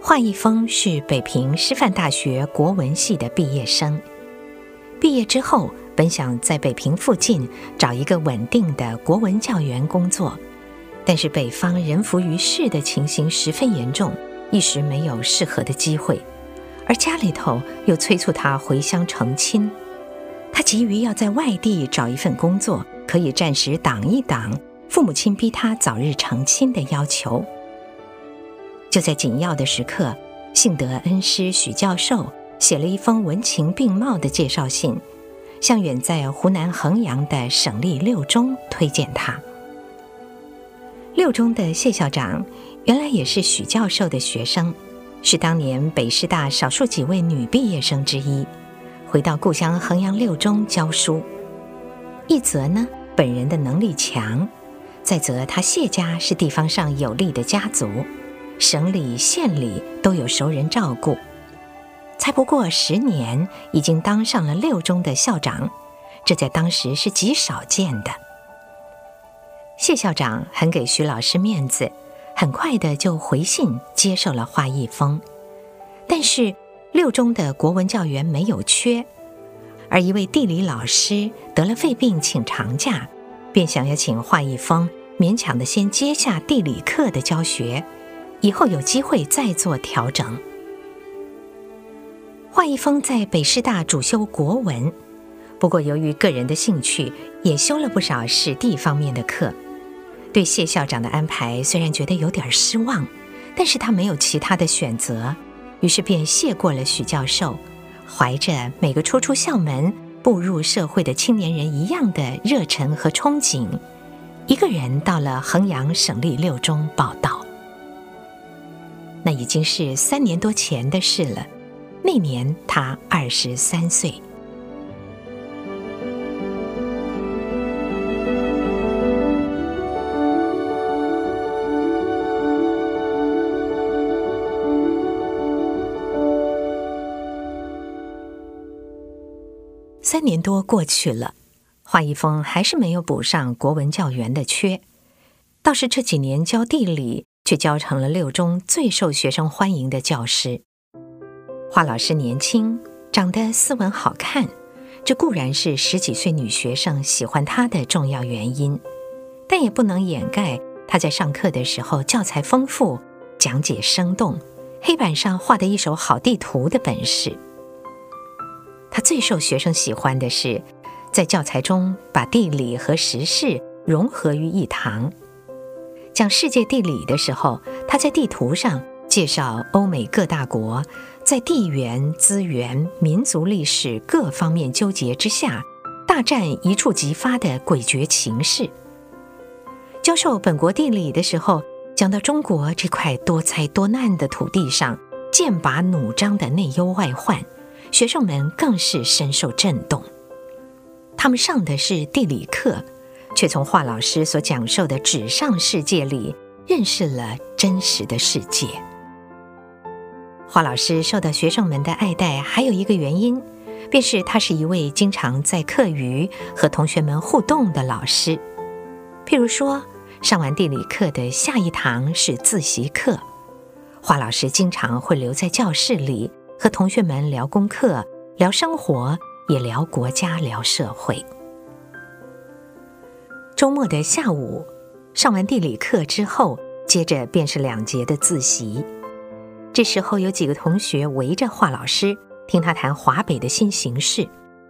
华一峰是北平师范大学国文系的毕业生，毕业之后本想在北平附近找一个稳定的国文教员工作，但是北方人浮于事的情形十分严重，一时没有适合的机会，而家里头又催促他回乡成亲，他急于要在外地找一份工作，可以暂时挡一挡父母亲逼他早日成亲的要求。就在紧要的时刻，幸得恩师许教授写了一封文情并茂的介绍信，向远在湖南衡阳的省立六中推荐他。六中的谢校长原来也是许教授的学生，是当年北师大少数几位女毕业生之一，回到故乡衡阳六中教书。一则呢，本人的能力强；再则他谢家是地方上有力的家族，省里县里都有熟人照顾，才不过10年，已经当上了六中的校长，这在当时是极少见的。谢校长很给徐老师面子，很快的就回信接受了华一峰。但是六中的国文教员没有缺，而一位地理老师得了肺病请长假，便想要请华一峰勉强的先接下地理课的教学，以后有机会再做调整。华一峰在北师大主修国文，不过由于个人的兴趣，也修了不少史地方面的课。对谢校长的安排虽然觉得有点失望，但是他没有其他的选择，于是便谢过了许教授，怀着每个初出校门步入社会的青年人一样的热忱和憧憬，一个人到了衡阳省立六中报到。那已经是3年多前的事了，那年他23岁。3年多过去了，华一峰还是没有补上国文教员的缺，倒是这几年教地理却教成了六中最受学生欢迎的教师。华老师年轻，长得斯文好看，这固然是10几岁女学生喜欢他的重要原因，但也不能掩盖他在上课的时候教材丰富，讲解生动，黑板上画的一手好地图的本事。他最受学生喜欢的是在教材中把地理和时事融合于一堂。讲世界地理的时候，他在地图上介绍欧美各大国在地缘、资源、民族历史各方面纠结之下，大战一触即发的诡谲情势。教授本国地理的时候，讲到中国这块多灾多难的土地上剑拔弩张的内忧外患，学生们更是深受震动。他们上的是地理课，却从华老师所讲授的纸上世界里认识了真实的世界。华老师受到学生们的爱戴还有一个原因，便是他是一位经常在课余和同学们互动的老师。譬如说，上完地理课的下一堂是自习课，华老师经常会留在教室里和同学们聊功课，聊生活，也聊国家，聊社会。周末的下午，上完地理课之后，接着便是2节的自习。这时候有几个同学围着华老师，听他谈华北的新形势。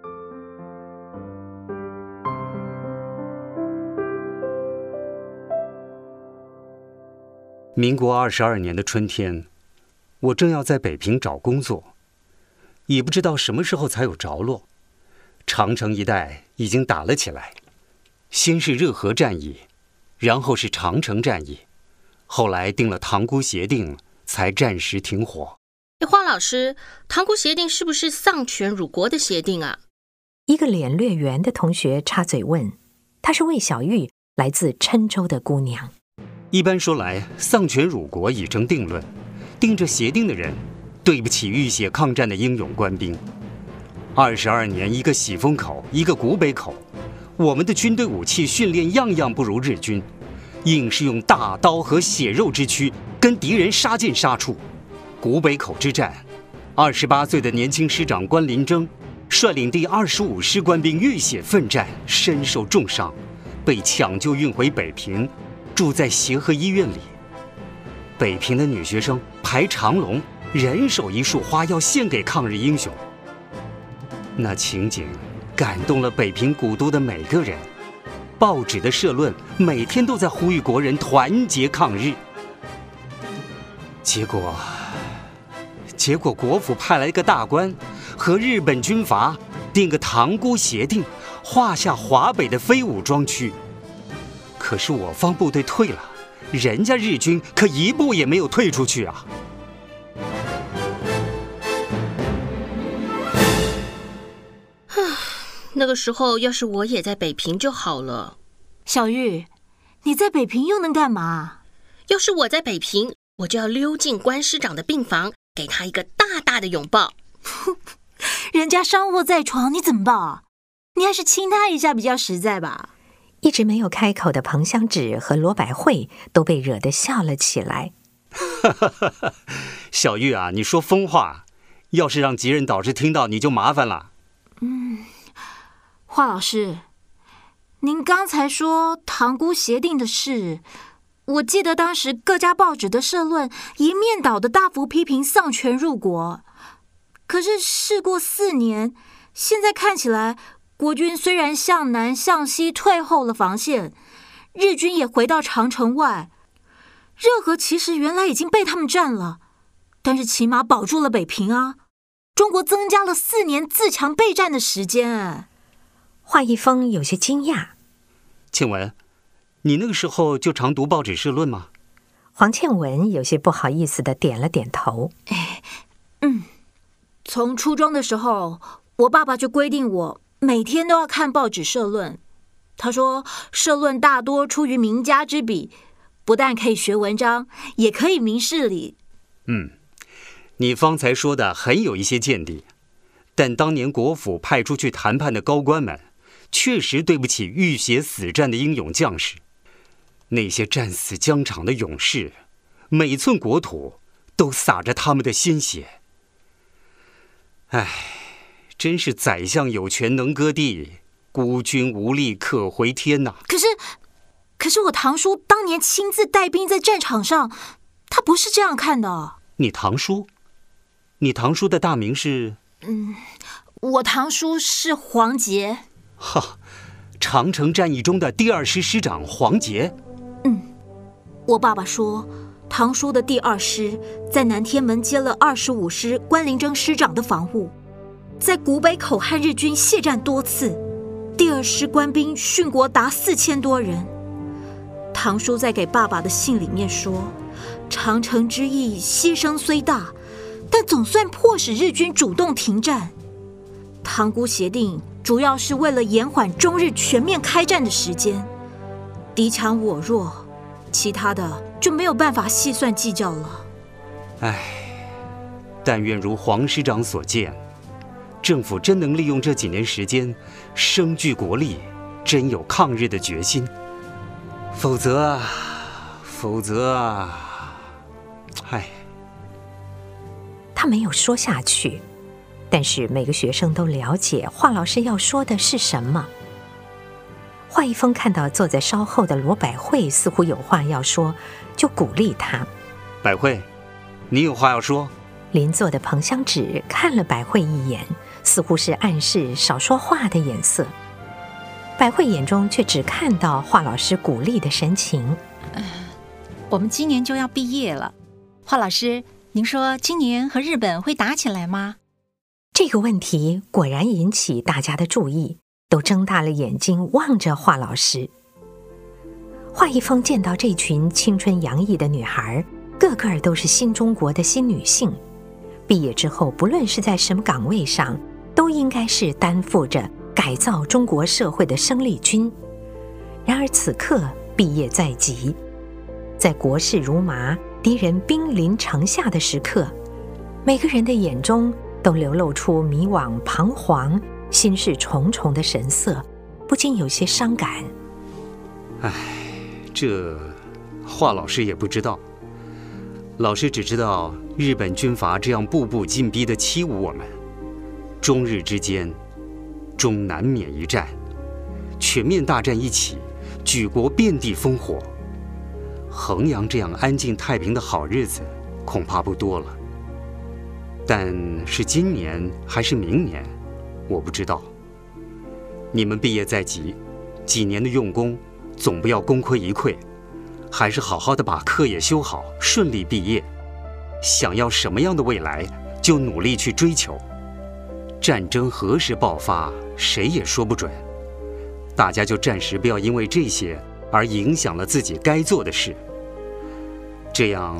民国22年的春天，我正要在北平找工作，也不知道什么时候才有着落。长城一带已经打了起来，先是热河战役，然后是长城战役，后来定了塘沽协定，才暂时停火。 华老师，塘沽协定是不是丧权辱国的协定啊？ 一个脸略圆的同学插嘴问，她是魏小玉，来自郴州的姑娘。 一般说来，丧权辱国已成定论，定这协定的人，对不起浴血抗战的英勇官兵。22年一个喜峰口，一个古北口，我们的军队武器训练样样不如日军，硬是用大刀和血肉之躯跟敌人杀进杀出。 古北口之战，28岁的年轻师长关麟征率领第25师官兵浴血奋战，身受重伤，被抢救运回北平，住在协和医院里。北平的女学生排长龙，人手一束花要献给抗日英雄。那情景感动了北平古都的每个人，报纸的社论每天都在呼吁国人团结抗日。结果国府派来一个大官，和日本军阀订个塘沽协定，划下华北的非武装区。可是我方部队退了，人家日军可一步也没有退出去啊！ 那个时候要是我也在北平就好了。 小玉，你在北平又能干嘛？ 要是我在北平，我就要溜进关师长的病房，给他一个大大的拥抱。 人家伤卧在床，你怎么抱？你还是亲他一下比较实在吧。 一直没有开口的彭香芷和罗百惠都被惹得笑了起来。 小玉啊，你说疯话，要是让吉任导师听到，你就麻烦了。 华老师，您刚才说塘沽协定的事，我记得当时各家报纸的社论一面倒的大幅批评丧权入国。可是事过4年，现在看起来，国军虽然向南向西退后了防线，日军也回到长城外，热河其实原来已经被他们占了，但是起码保住了北平啊。中国增加了4年自强备战的时间。 华一峰有些惊讶。 倩文，你那个时候就常读报纸社论吗？ 黄倩文有些不好意思地点了点头。 从初中的时候，我爸爸就规定我每天都要看报纸社论。他说社论大多出于名家之笔，不但可以学文章，也可以明事理。 你方才说的很有一些见地，但当年国府派出去谈判的高官们，确实对不起浴血死战的英勇将士。那些战死疆场的勇士，每寸国土都洒着他们的鲜血。真是宰相有权能割地，孤军无力可回天呐！ 可是我堂叔当年亲自带兵在战场上，他不是这样看的。 你堂叔的大名是？ 我堂叔是黄杰。 长城战役中的第2师师长黄杰。 我爸爸说，堂叔的第2师在南天门接了25师关麟征师长的防务，在古北口和日军血战多次，第2师官兵殉国达4000多人。堂叔在给爸爸的信里面说，长城之役牺牲虽大，但总算迫使日军主动停战。塘沽协定主要是为了延缓中日全面开战的时间，敌强我弱，其他的就没有办法细算计较了。 但愿如黄师长所见，政府真能利用这几年时间生聚国力，真有抗日的决心。否则他没有说下去，但是每个学生都了解华老师要说的是什么。华一峰看到坐在稍后的罗百惠似乎有话要说，就鼓励他。 百惠，你有话要说？ 邻座的彭香芷看了百惠一眼，似乎是暗示少说话的眼色。百惠眼中却只看到华老师鼓励的神情。 我们今年就要毕业了，华老师，您说今年和日本会打起来吗？ 这个问题果然引起大家的注意，都睁大了眼睛望着华老师。华一峰见到这群青春洋溢的女孩，个个都是新中国的新女性，毕业之后不论是在什么岗位上，都应该是担负着改造中国社会的生力军。然而此刻毕业在即，在国事如麻、敌人兵临城下的时刻，每个人的眼中都流露出迷惘、彷徨、心事重重的神色，不禁有些伤感。 这华老师也不知道， 老师只知道日本军阀这样步步进逼地欺侮我们，中日之间终难免一战，全面大战一起，举国遍地烽火。衡阳这样安静太平的好日子恐怕不多了。但是今年还是明年，我不知道。你们毕业在即，几年的用功总不要功亏一篑，还是好好的把课业修好，顺利毕业。想要什么样的未来，就努力去追求。战争何时爆发，谁也说不准。大家就暂时不要因为这些而影响了自己该做的事。这样，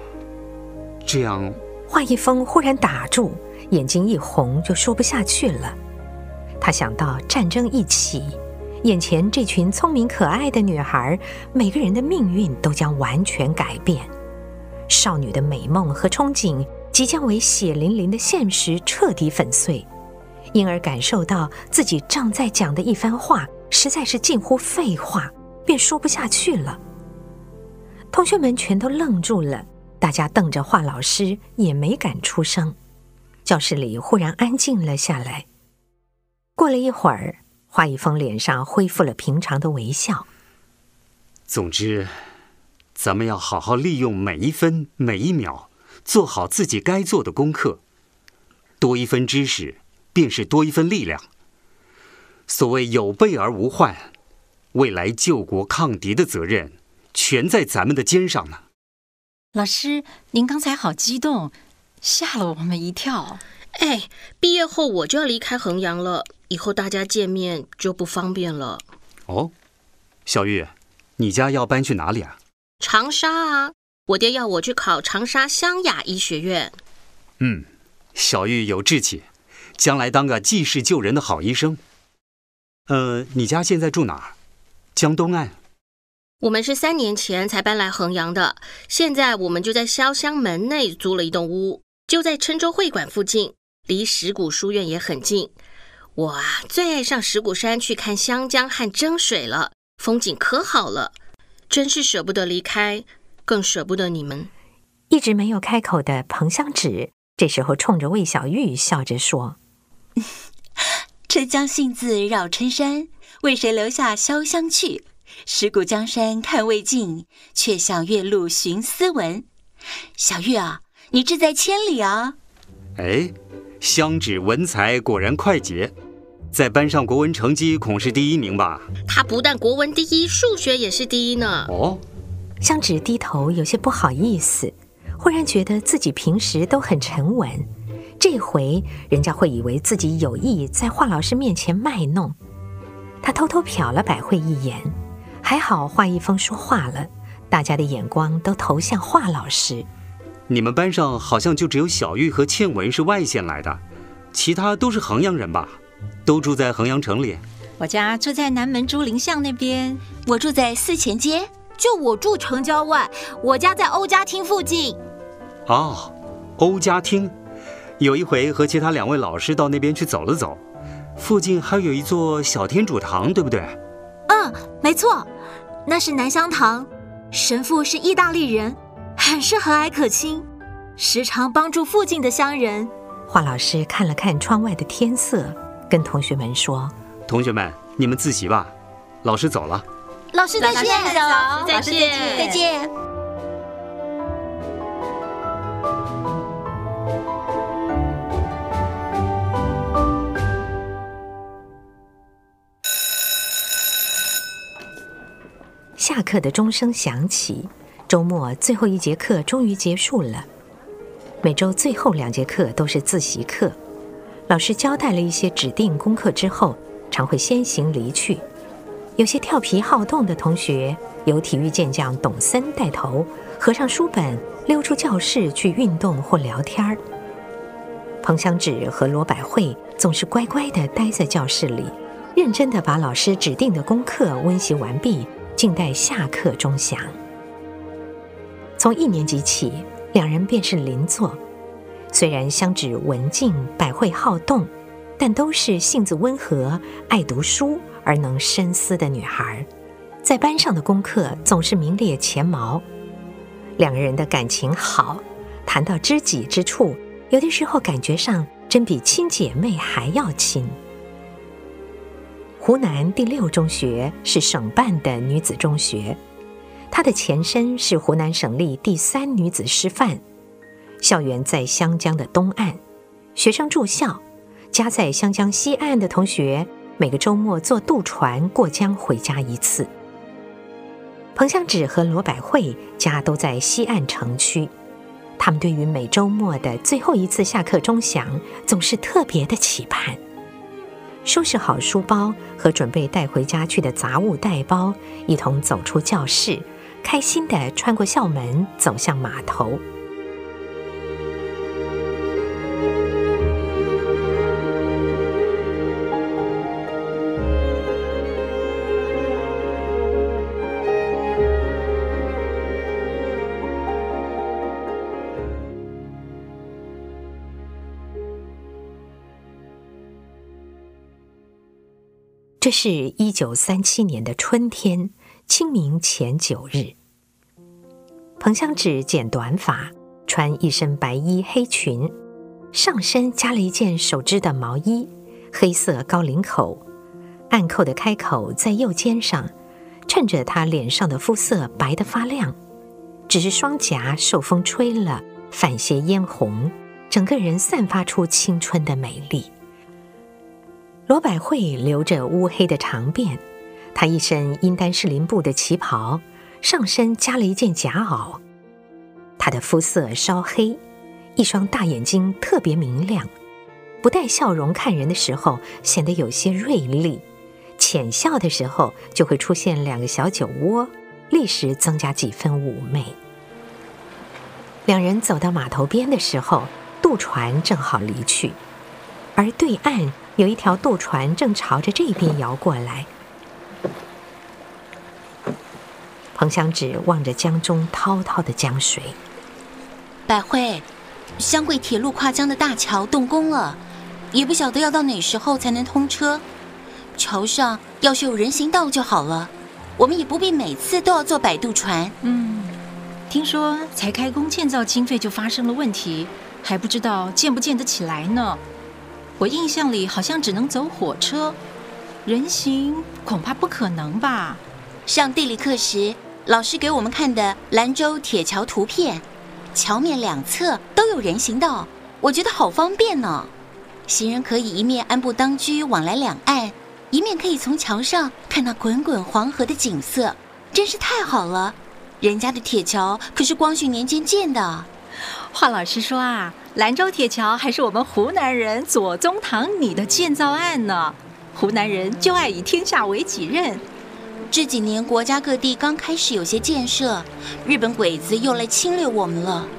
华一峰忽然打住，眼睛一红，就说不下去了。他想到战争一起，眼前这群聪明可爱的女孩，每个人的命运都将完全改变。少女的美梦和憧憬即将为血淋淋的现实彻底粉碎，因而感受到自己正在讲的一番话实在是近乎废话，便说不下去了。同学们全都愣住了，大家瞪着华老师，也没敢出声。教室里忽然安静了下来。过了一会儿，华一峰脸上恢复了平常的微笑。 总之，咱们要好好利用每一分每一秒，做好自己该做的功课。多一分知识，便是多一分力量。所谓有备而无患，未来救国抗敌的责任全在咱们的肩上呢。 老师，您刚才好激动，吓了我们一跳。 哎，毕业后我就要离开衡阳了，以后大家见面就不方便了。 哦，小玉，你家要搬去哪里啊？ 长沙啊，我爹要我去考长沙湘雅医学院。 小玉有志气，将来当个济世救人的好医生。你家现在住哪儿？江东岸。 我们是3年前才搬来衡阳的，现在我们就在潇湘门内租了一栋屋，就在郴州会馆附近，离石鼓书院也很近。我最爱上石鼓山去看湘江和蒸水了，风景可好了，真是舍不得离开，更舍不得你们。 一直没有开口的彭香芷，这时候冲着魏小玉笑着说： 春江信自绕春山，为谁留下潇湘去？石鼓江山看未尽，却向岳麓寻斯文。小玉啊，你志在千里啊！ 哎，香芷文才果然快捷，在班上国文成绩恐是第1名吧？ 他不但国文第1，数学也是第1呢。 哦， 香芷低头有些不好意思，忽然觉得自己平时都很沉稳，这回人家会以为自己有意在华老师面前卖弄。他偷偷瞟了百惠一眼，还好华一峰说话了，大家的眼光都投向华老师。 你们班上好像就只有小玉和倩文是外县来的，其他都是衡阳人吧？都住在衡阳城里？ 我家住在南门朱林巷那边。 我住在四前街。 就我住城郊外，我家在欧家厅附近。 哦，欧家厅，有一回和其他2位老师到那边去走了走，附近还有一座小天主堂，对不对？ 没错，那是南香堂，神父是意大利人，很是和蔼可亲，时常帮助附近的乡人。 华老师看了看窗外的天色，跟同学们说： 同学们，你们自习吧，老师走了。 老师再见， 再见， 再见。 下课的钟声响起，周末最后1节课终于结束了。每周最后2节课都是自习课，老师交代了一些指定功课之后，常会先行离去。有些调皮好动的同学，由体育健将董森带头，合上书本，溜出教室去运动或聊天。彭香芷和罗百惠总是乖乖地待在教室里，认真地把老师指定的功课温习完毕，静待下课钟响。从1年级起，2人便是邻座。虽然香芷文静，百惠好动，但都是性子温和、爱读书而能深思的女孩，在班上的功课总是名列前茅。 两个人的感情好，谈到知己之处，有的时候感觉上真比亲姐妹还要亲。湖南第6中学是省办的女子中学，它的前身是湖南省立第3女子师范，校园在湘江的东岸，学生住校，家在湘江西岸的同学每个周末坐渡船过江回家一次。彭香芷和罗百惠家都在西岸城区，他们对于每周末的最后一次下课钟响总是特别的期盼。收拾好书包和准备带回家去的杂物袋包，一同走出教室，开心地穿过校门走向码头。这是1937年的春天，清明前9日。彭香芷剪短发，穿一身白衣黑裙，上身加了一件手织的毛衣，黑色高领口，暗扣的开口在右肩上，衬着她脸上的肤色白得发亮，只是双颊受风吹了，泛些嫣红，整个人散发出青春的美丽。罗百惠留着乌黑的长辫，她一身阴丹士林布的旗袍，上身加了一件夹袄。她的肤色稍黑，一双大眼睛特别明亮，不带笑容看人的时候显得有些锐利，浅笑的时候就会出现2个小酒窝，立时增加几分妩媚。两人走到码头边的时候，渡船正好离去，而对岸有一条渡船正朝着这边摇过来。彭香芷望着江中滔滔的江水， 百惠，湘桂铁路跨江的大桥动工了，也不晓得要到哪时候才能通车。桥上要是有人行道就好了，我们也不必每次都要坐摆渡船。 听说才开工建造经费就发生了问题，还不知道建不建得起来呢。我印象里好像只能走火车，人行恐怕不可能吧。 上地理课时，老师给我们看的兰州铁桥图片，桥面2侧都有人行道，我觉得好方便呢。行人可以一面安步当车往来两岸，一面可以从桥上看到滚滚黄河的景色，真是太好了。人家的铁桥可是光绪年间建的。 华老师说啊，兰州铁桥还是我们湖南人左宗棠拟的建造案呢。湖南人就爱以天下为己任。 这几年国家各地刚开始有些建设，日本鬼子又来侵略我们了。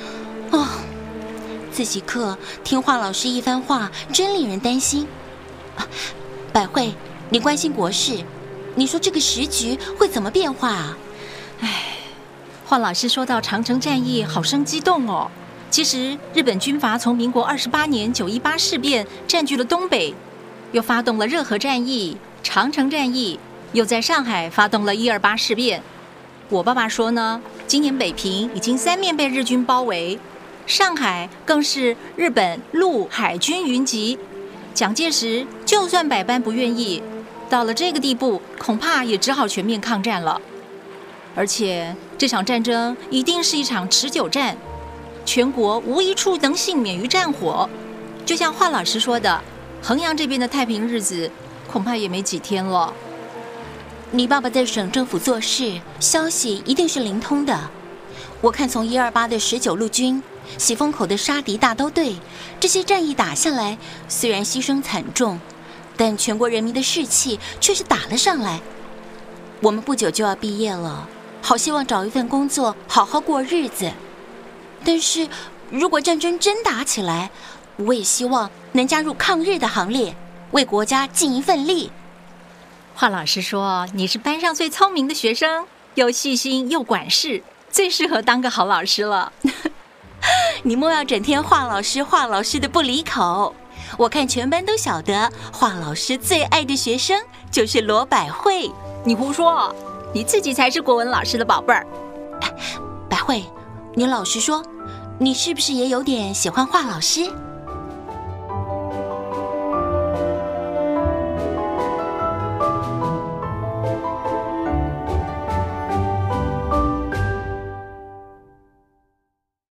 自习课听华老师一番话，真令人担心。百惠，你关心国事，你说这个时局会怎么变化啊？ 华老师说到长城战役，好生激动哦。其实日本军阀从民国28年918事变占据了东北，又发动了热河战役、长城战役，又在上海发动了128事变。我爸爸说呢，今年北平已经3面被日军包围，上海更是日本陆海军云集。蒋介石就算百般不愿意，到了这个地步，恐怕也只好全面抗战了。而且这场战争一定是一场持久战，全国无一处能幸免于战火。就像华老师说的，衡阳这边的太平日子恐怕也没几天了。 你爸爸在省政府做事，消息一定是灵通的。我看从128的19路军、喜峰口的杀敌大刀队，这些战役打下来，虽然牺牲惨重，但全国人民的士气却是打了上来。我们不久就要毕业了，好希望找一份工作，好好过日子。但是如果战争真打起来，我也希望能加入抗日的行列，为国家尽一份力。 华老师说，你是班上最聪明的学生，又细心又管事，最适合当个好老师了。 你莫要整天华老师的不离口。我看全班都晓得，华老师最爱的学生就是罗百惠。 你胡说，你自己才是国文老师的宝贝儿。 百惠， 你老实说，你是不是也有点喜欢华老师？